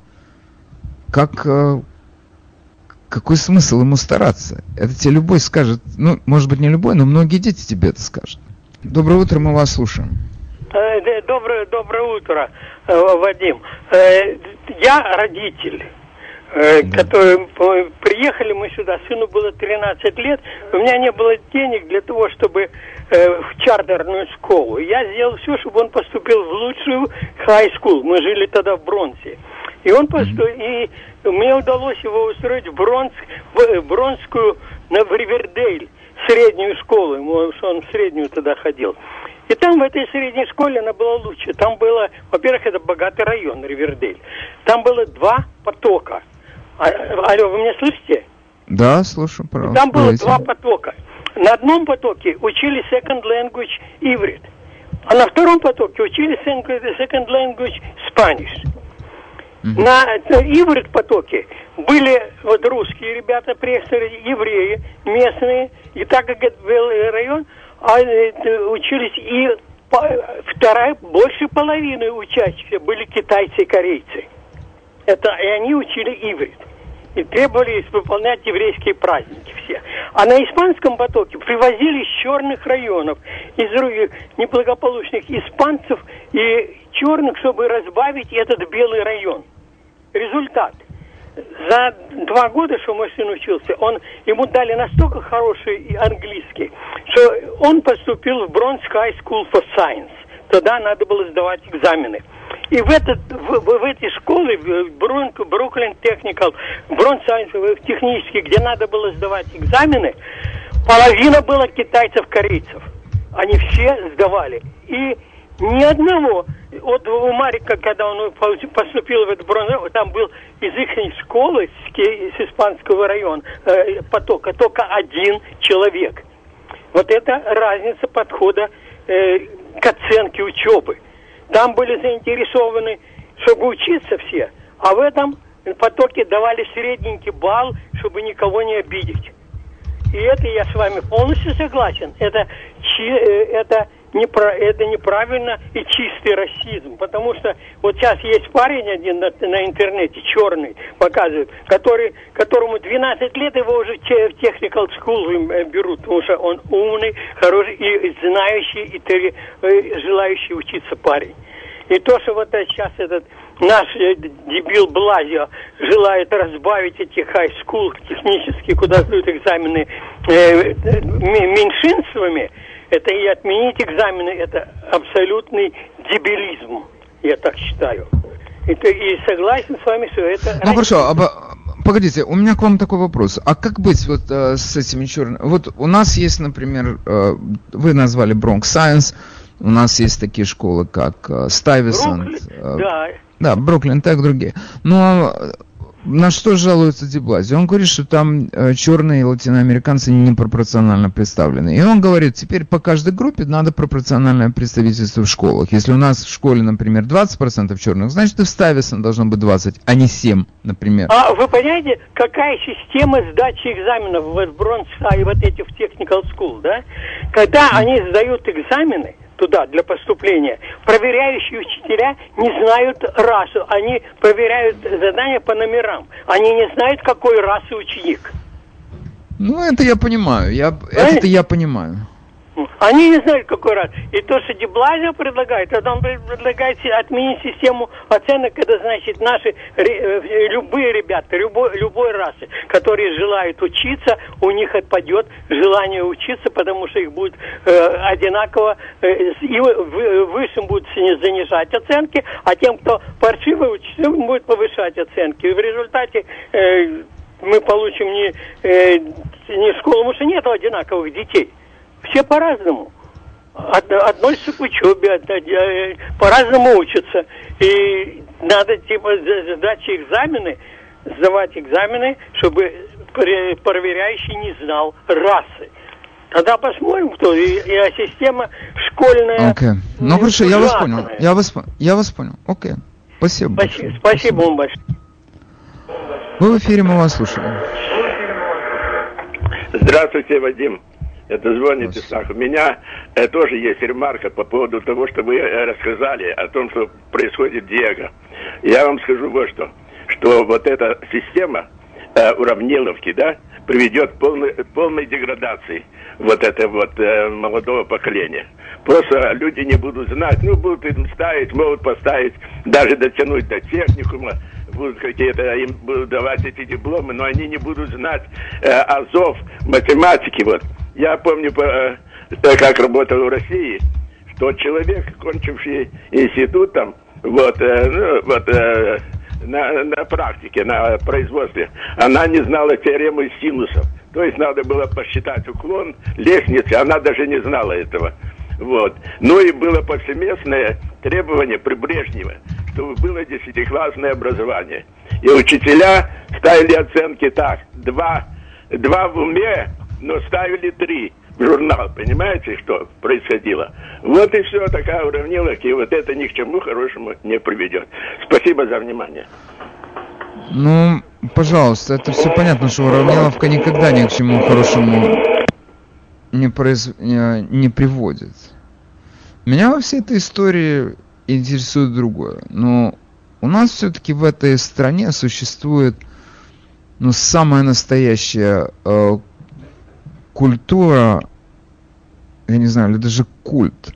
какой смысл ему стараться? Это тебе любой скажет, ну, может быть, не любой, но многие дети тебе это скажут. Доброе утро, мы вас слушаем. Доброе утро, Вадим. Я родитель, который приехали мы сюда, сыну было 13 лет, у меня не было денег для того, чтобы в чартерную школу. Я сделал все, чтобы он поступил в лучшую хай-скул. Мы жили тогда в Бронсе. И он и мне удалось его устроить в Бронскую, в Ривердейл, среднюю школу. Он в среднюю тогда ходил. И там в этой средней школе она была лучше. Там было, во-первых, это богатый район, Ривердейл. Там было 2 потока. Алло, вы меня слышите? Да, слушаю, пожалуйста. Там было 2 потока. На одном потоке учили second language иврит, а на втором потоке учили second language Spanish. На иврит потоке были вот русские ребята, приехали, евреи, местные, и так как это был район, учились и больше половины учащихся были китайцы и корейцы. И они учили иврит. И требовали выполнять еврейские праздники все. А на испанском потоке привозили из черных районов, из других неблагополучных испанцев и черных, чтобы разбавить этот белый район. Результат. За 2 года, что мой сын учился, ему дали настолько хороший английский, что он поступил в Bronx High School for Science. Тогда надо было сдавать экзамены. И в эти школы, в Бруклин Техникал, Бронс Сайенс, технические, где надо было сдавать экзамены, половина была китайцев-корейцев. Они все сдавали. И ни одного. Вот у Марика, когда он поступил в этот Бронс, там был из их школы, с испанского района, потока, только 1 человек. Вот это разница подхода к оценке учебы. Там были заинтересованы, чтобы учиться все, а в этом потоке давали средненький балл, чтобы никого не обидеть. И это я с вами полностью согласен. Это неправильно и чистый расизм. Потому что вот сейчас есть парень один на интернете, черный, показывает, которому 12 лет, его уже в Technical School берут, потому что он умный, хороший и знающий, и желающий учиться парень. И то, что вот сейчас этот наш дебил Блазио желает разбавить эти хай-скул технические, куда сдают экзамены, меньшинствами, это и отменить экзамены, это абсолютный дебилизм, я так считаю. И согласен с вами, что это... Ну хорошо, погодите, у меня к вам такой вопрос. А как быть вот с этими черными... Вот у нас есть, например, вы назвали Bronx Science, у нас есть такие школы, как Стайвисант, да, Бруклин, так другие. Но на что жалуется Ди Блазио? Он говорит, что там черные латиноамериканцы непропорционально представлены. И он говорит, теперь по каждой группе надо пропорциональное представительство в школах. Если у нас в школе, например, 20% черных, значит и в Стайвисант должно быть 20, а не 7, например. А вы понимаете, какая система сдачи экзаменов в Бронс и вот эти в Technical School, да? Когда они сдают экзамены туда для поступления, проверяющие учителя не знают расу, они проверяют задания по номерам, они не знают, какой расы ученик. Ну, это я понимаю, это я понимаю. Они не знают, какой раз. И то, что Ди Блазио предлагает, это он предлагает отменить систему оценок, это значит наши любые ребята, любой расы, которые желают учиться, у них отпадет желание учиться, потому что их будет одинаково, и высшим будут занижать оценки, а тем, кто паршиво учится, будет повышать оценки. И в результате мы получим не школу, потому что нет одинаковых детей. Все по-разному. Относятся к учебе, по-разному учатся. И надо сдавать экзамены, чтобы проверяющий не знал расы. Тогда посмотрим, кто. И система школьная... Окей. Ну хорошо, я вас понял. Я вас понял. Окей. Спасибо. Спасибо вам большое. Вы в эфире, мы вас слушаем. Здравствуйте, Вадим. Это звонит Исаак. У меня тоже есть ремарка по поводу того, что вы рассказали о том, что происходит в Диего. Я вам скажу вот что вот эта система уравниловки, да, приведет к полной деградации вот это вот молодого поколения. Просто люди не будут знать, будут им ставить, могут поставить, даже дотянуть до техникума, будут какие-то, им будут давать эти дипломы, но они не будут знать азов, математики, вот. Я помню, как работал в России, что человек, кончивший институт там, на практике, на производстве, она не знала теоремы синусов. То есть надо было посчитать уклон лестницы, она даже не знала этого. Вот. Ну и было повсеместное требование при Брежневе, чтобы было 10-классное образование. И учителя ставили оценки так, 2 в уме, но ставили 3 в журнал. Понимаете, что происходило? Вот и все, такая уравниловка, и вот это ни к чему хорошему не приведет. Спасибо за внимание. Ну, пожалуйста, это все понятно, что уравниловка никогда ни к чему хорошему не приводит. Меня во всей этой истории интересует другое. Но у нас все-таки в этой стране существует самая настоящая культура, я не знаю, или даже культ,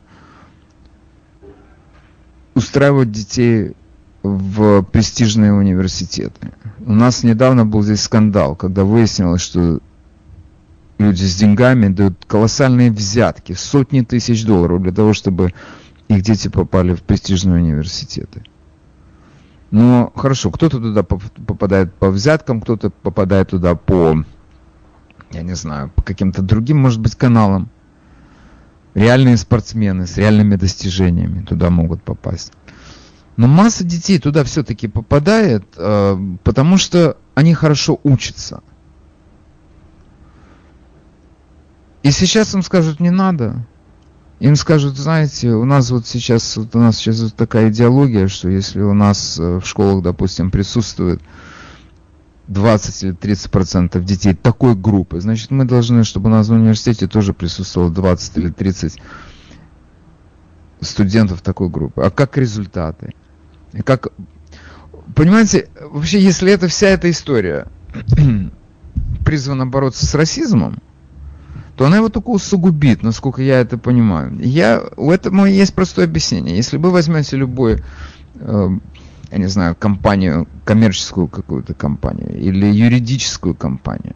устраивать детей в престижные университеты. У нас недавно был здесь скандал, когда выяснилось, что люди с деньгами дают колоссальные взятки, сотни тысяч долларов для того, чтобы их дети попали в престижные университеты. Но хорошо, кто-то туда попадает по взяткам, кто-то попадает туда по, я не знаю, по каким-то другим, может быть, каналам. Реальные спортсмены с реальными достижениями туда могут попасть. Но масса детей туда все-таки попадает, потому что они хорошо учатся. И сейчас им скажут, не надо. Им скажут, знаете, у нас сейчас вот такая идеология, что если у нас в школах, допустим, присутствует 20 или 30% детей такой группы, значит, мы должны, чтобы у нас в университете тоже присутствовало 20 или 30 студентов такой группы. А как результаты? И как... Понимаете, вообще, если вся эта история призвана бороться с расизмом, то она его только усугубит, насколько я это понимаю. У этого есть простое объяснение. Если вы возьмете любую, я не знаю, компанию, коммерческую какую-то компанию или юридическую компанию,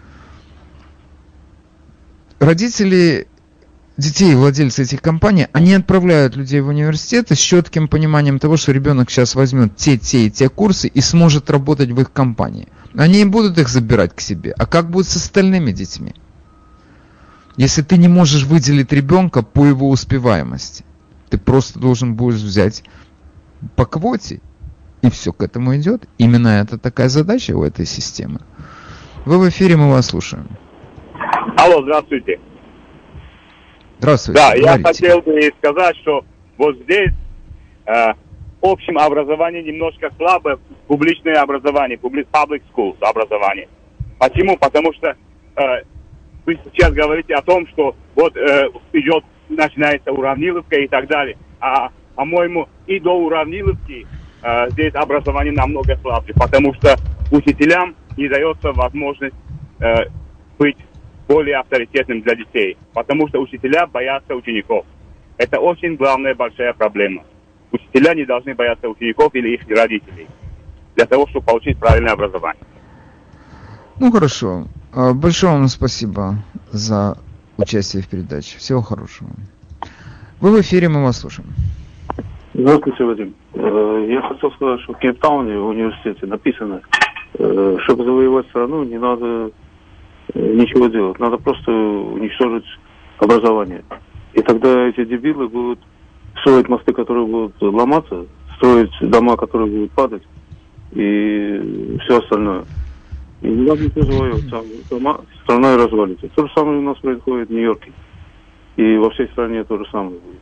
родители детей, владельцы этих компаний, они отправляют людей в университеты с четким пониманием того, что ребенок сейчас возьмет те и те курсы и сможет работать в их компании. Они не будут их забирать к себе. А как будет с остальными детьми? Если ты не можешь выделить ребенка по его успеваемости, ты просто должен будешь взять по квоте, и все к этому идет. Именно это такая задача у этой системы. Вы в эфире, мы вас слушаем. Алло, здравствуйте. Здравствуйте. Да, говорите. Я хотел бы сказать, что вот здесь общем образование немножко слабое, публичное образование, public schools образование. Почему? Потому что вы сейчас говорите о том, что вот начинается уравниловка и так далее. А по-моему, и до уравниловки здесь образование намного слабже, потому что учителям не дается возможность быть более авторитетным для детей, потому что учителя боятся учеников. Это очень главная большая проблема. Учителя не должны бояться учеников или их родителей для того, чтобы получить правильное образование. Ну хорошо. Большое вам спасибо за участие в передаче. Всего хорошего. Вы в эфире, мы вас слушаем. Здравствуйте, Вадим. Я хотел сказать, что в Кейптауне, в университете, написано, чтобы завоевать страну, не надо ничего делать. Надо просто уничтожить образование. И тогда эти дебилы будут строить мосты, которые будут ломаться, строить дома, которые будут падать, и все остальное. И не надо ничего завоевать. Страна и развалится. То же самое у нас происходит в Нью-Йорке. И во всей стране то же самое будет.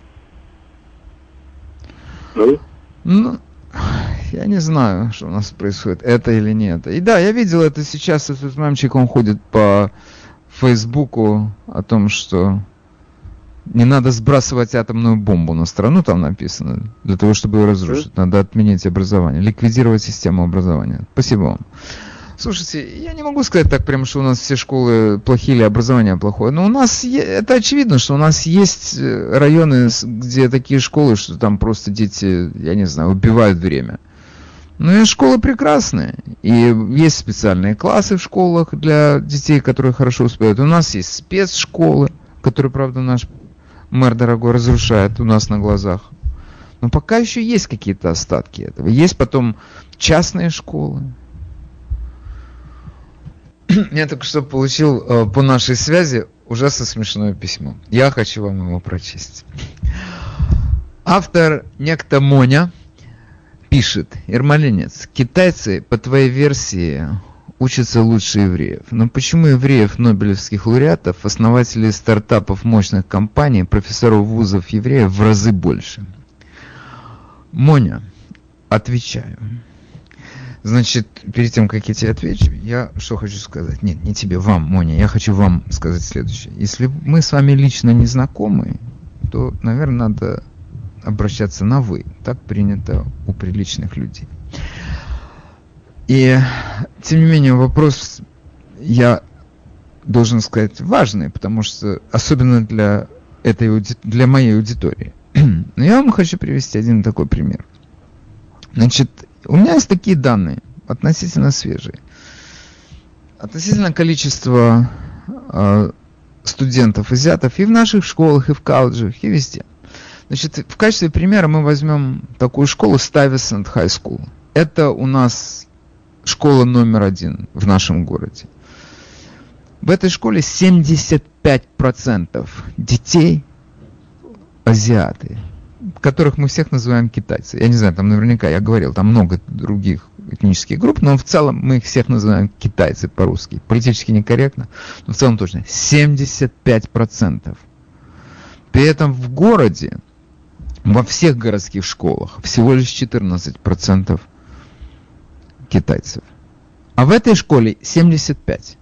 Да? Ну, я не знаю, что у нас происходит, это или нет. И да, я видел это сейчас, этот мальчик, он ходит в Фейсбуку о том, что не надо сбрасывать атомную бомбу на страну, там написано, для того, чтобы ее разрушить. Надо отменить образование, ликвидировать систему образования. Спасибо вам. Слушайте, я не могу сказать так прямо, что у нас все школы плохие или образование плохое, но у нас, это очевидно, что у нас есть районы, где такие школы, что там просто дети, я не знаю, убивают время. Но и школы прекрасные, и есть специальные классы в школах для детей, которые хорошо успевают. У нас есть спецшколы, которые, правда, наш мэр дорогой разрушает у нас на глазах. Но пока еще есть какие-то остатки этого. Есть потом частные школы. Я только что получил по нашей связи ужасно смешное письмо. Я хочу вам его прочесть. Автор некто Моня пишет: Ермолинец, китайцы, по твоей версии, учатся лучше евреев. Но почему евреев, нобелевских лауреатов, основателей стартапов мощных компаний, профессоров вузов евреев в разы больше? Моня, отвечаю. Значит, перед тем, как я тебе отвечу, я что хочу сказать. Нет, не тебе, вам, Моня, я хочу вам сказать следующее. Если мы с вами лично не знакомы, то, наверное, надо обращаться на «вы». Так принято у приличных людей. И, тем не менее, вопрос, я должен сказать, важный, потому что, особенно для моей аудитории. Но я вам хочу привести один такой пример. Значит, у меня есть такие данные, относительно свежие. Относительно количества студентов азиатов и в наших школах, и в колледжах, и везде. Значит, в качестве примера мы возьмем такую школу Stuyvesant High School. Это у нас школа номер 1 в нашем городе. В этой школе 75% детей азиаты, которых мы всех называем китайцы. Я не знаю, там наверняка, я говорил, там много других этнических групп, но в целом мы их всех называем китайцы по-русски. Политически некорректно, но в целом точно. 75%. При этом в городе, во всех городских школах, всего лишь 14% китайцев. А в этой школе 75%.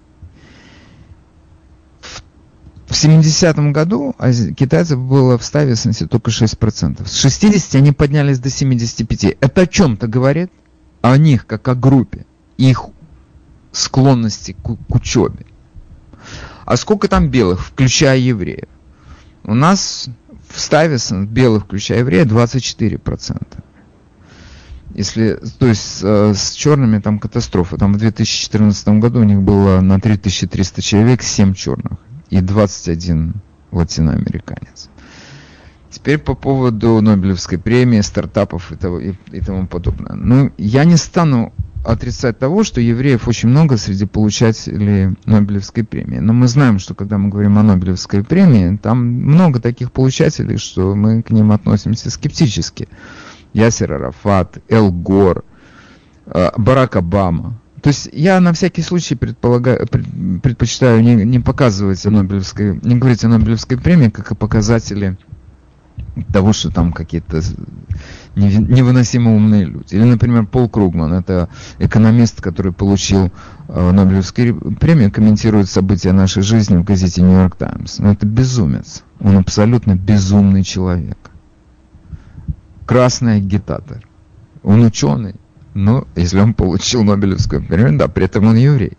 В 70-м году китайцев было в Stuyvesant только 6%. С 60 они поднялись до 75%. Это о чем-то говорит? О них, как о группе. Их склонности к учебе. А сколько там белых, включая евреев? У нас в Stuyvesant белых, включая евреев, 24%. Если, то есть с черными там катастрофа. Там в 2014 году у них было на 3300 человек 7 черных. И 21 латиноамериканец. Теперь по поводу Нобелевской премии, стартапов и тому подобное. Ну, я не стану отрицать того, что евреев очень много среди получателей Нобелевской премии. Но мы знаем, что когда мы говорим о Нобелевской премии, там много таких получателей, что мы к ним относимся скептически. Ясер Арафат, Эл Гор, Барак Обама. То есть я на всякий случай предпочитаю не показывать не говорить о Нобелевской премии, как о показателе того, что там какие-то невыносимо умные люди. Или, например, Пол Кругман, это экономист, который получил Нобелевскую премию, комментирует события нашей жизни в газете «Нью-Йорк Таймс». Но это безумец. Он абсолютно безумный человек. Красный агитатор. Он ученый. Но если он получил Нобелевскую премию, да, при этом он еврей.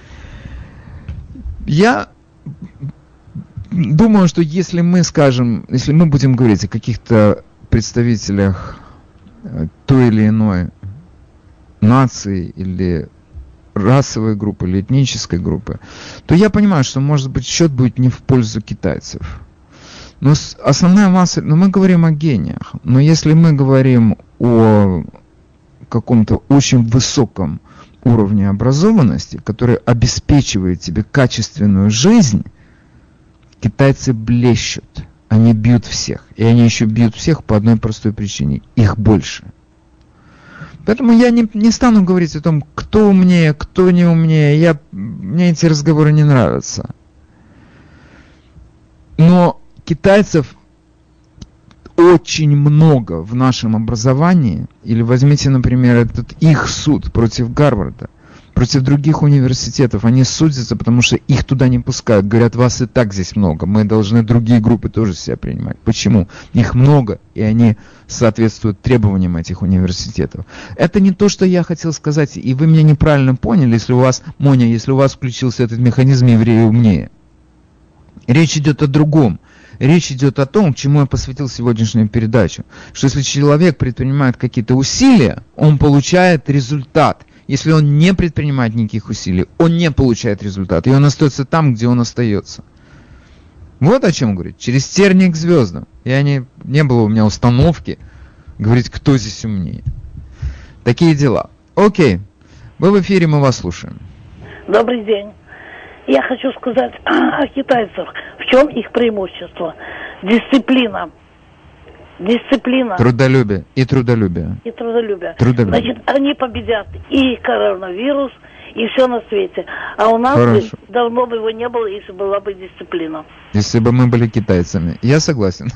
Я думаю, что если мы будем говорить о каких-то представителях той или иной нации, или расовой группы, или этнической группы, то я понимаю, что, может быть, счет будет не в пользу китайцев. Но основная масса, мы говорим о гениях, но если мы говорим о каком-то очень высоком уровне образованности, который обеспечивает тебе качественную жизнь, китайцы блещут. Они бьют всех. И они еще бьют всех по одной простой причине. Их больше. Поэтому я не стану говорить о том, кто умнее, кто не умнее. Мне эти разговоры не нравятся. Но китайцев очень много в нашем образовании. Или возьмите, например, этот их суд против Гарварда. против других университетов. Они судятся, потому что их туда не пускают. Говорят, вас и так здесь много. Мы должны другие группы тоже себя принимать. Почему? Их много, и они соответствуют требованиям этих университетов. Это не то, что я хотел сказать, и вы меня неправильно поняли, если у вас, Моня, если у вас включился этот механизм евреи умнее. Речь идет о другом. Речь идет о том, к чему я посвятил сегодняшнюю передачу. Что если человек предпринимает какие-то усилия, он получает результат. Если он не предпринимает никаких усилий, он не получает результат. И он остается там, где он остается. Вот о чем говорит. Через тернии к звездам. Не было у меня установки говорить, кто здесь умнее. Такие дела. Окей. Вы в эфире, мы вас слушаем. Добрый день. Я хочу сказать о китайцах. В чем их преимущество? Дисциплина. Трудолюбие. И трудолюбие. Значит, они победят и коронавирус, и все на свете. А у нас давно бы его не было, если была бы дисциплина. Если бы мы были китайцами. Я согласен.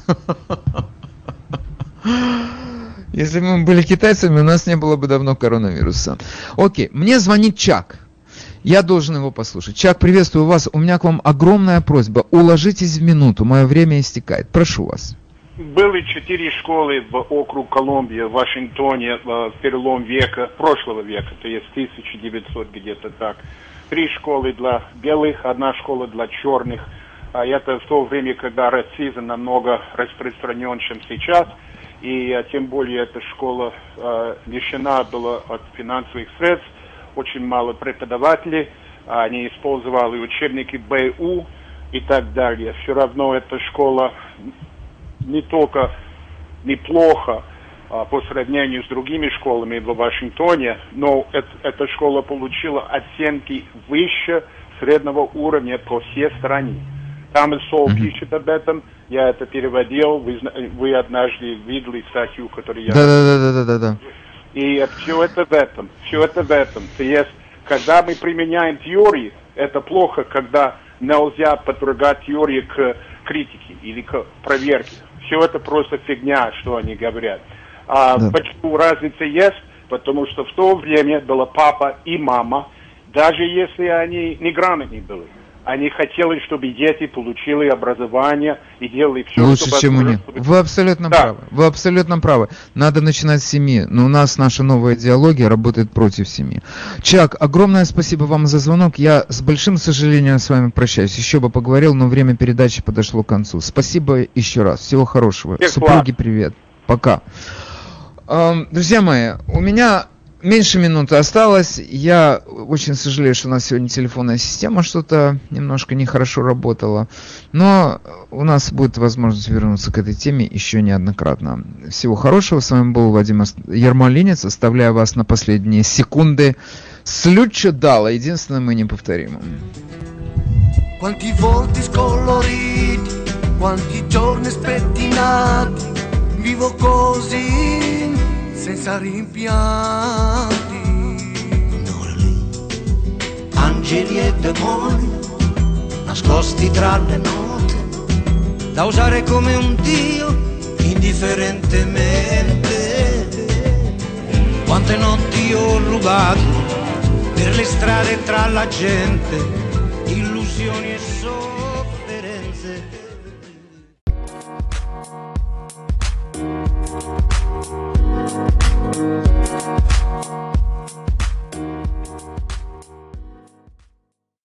Если бы мы были китайцами, у нас не было бы давно коронавируса. Окей, мне звонит Чак. Я должен его послушать. Чак, приветствую вас. У меня к вам огромная просьба. Уложитесь в минуту. Мое время истекает. Прошу вас. Были 4 школы в округ Колумбия, в Вашингтоне в перелом века, прошлого века, то есть 1900 где-то так. 3 школы для белых, 1 школа для черных. Это в то время, когда расизм намного распространен, чем сейчас. И тем более эта школа лишена была от финансовых средств. Очень мало преподавателей, они использовали учебники БУ и так далее. Все равно эта школа не только неплохо по сравнению с другими школами в Вашингтоне, но эта школа получила оценки выше среднего уровня по всей стране. Там и Сол пишет об этом, я это переводил, вы однажды видели статью, которую я... Да. И все это в этом. То есть, когда мы применяем теории, это плохо, когда нельзя подвергать теории к критике или к проверке. Все это просто фигня, что они говорят. Почему разница есть? Потому что в то время было папа и мама, даже если они неграмотные были. Они хотели, чтобы дети получили образование и делали все, лучше, чтобы... чем у них. Вы абсолютно правы. Вы абсолютно правы. Надо начинать с семьи. Но у нас наша новая идеология работает против семьи. Чак, огромное спасибо вам за звонок. Я с большим сожалением с вами прощаюсь. Еще бы поговорил, но время передачи подошло к концу. Спасибо еще раз. Всего хорошего. Супруги, привет. Пока. Друзья мои, у меня... меньше минуты осталось. Я очень сожалею, что у нас сегодня телефонная система что-то немножко нехорошо работала. Но у нас будет возможность вернуться к этой теме еще неоднократно. Всего хорошего. С вами был Вадим Ермолинец. Оставляю вас на последние секунды с Лючо Далла. Единственным и неповторимым. Quanti volti scoloriti, quanti giorni spettinati, vivo così senza rimpianti. Angeli e demoni nascosti tra le note, da usare come un dio indifferentemente. Quante notti ho rubato per le strade tra la gente,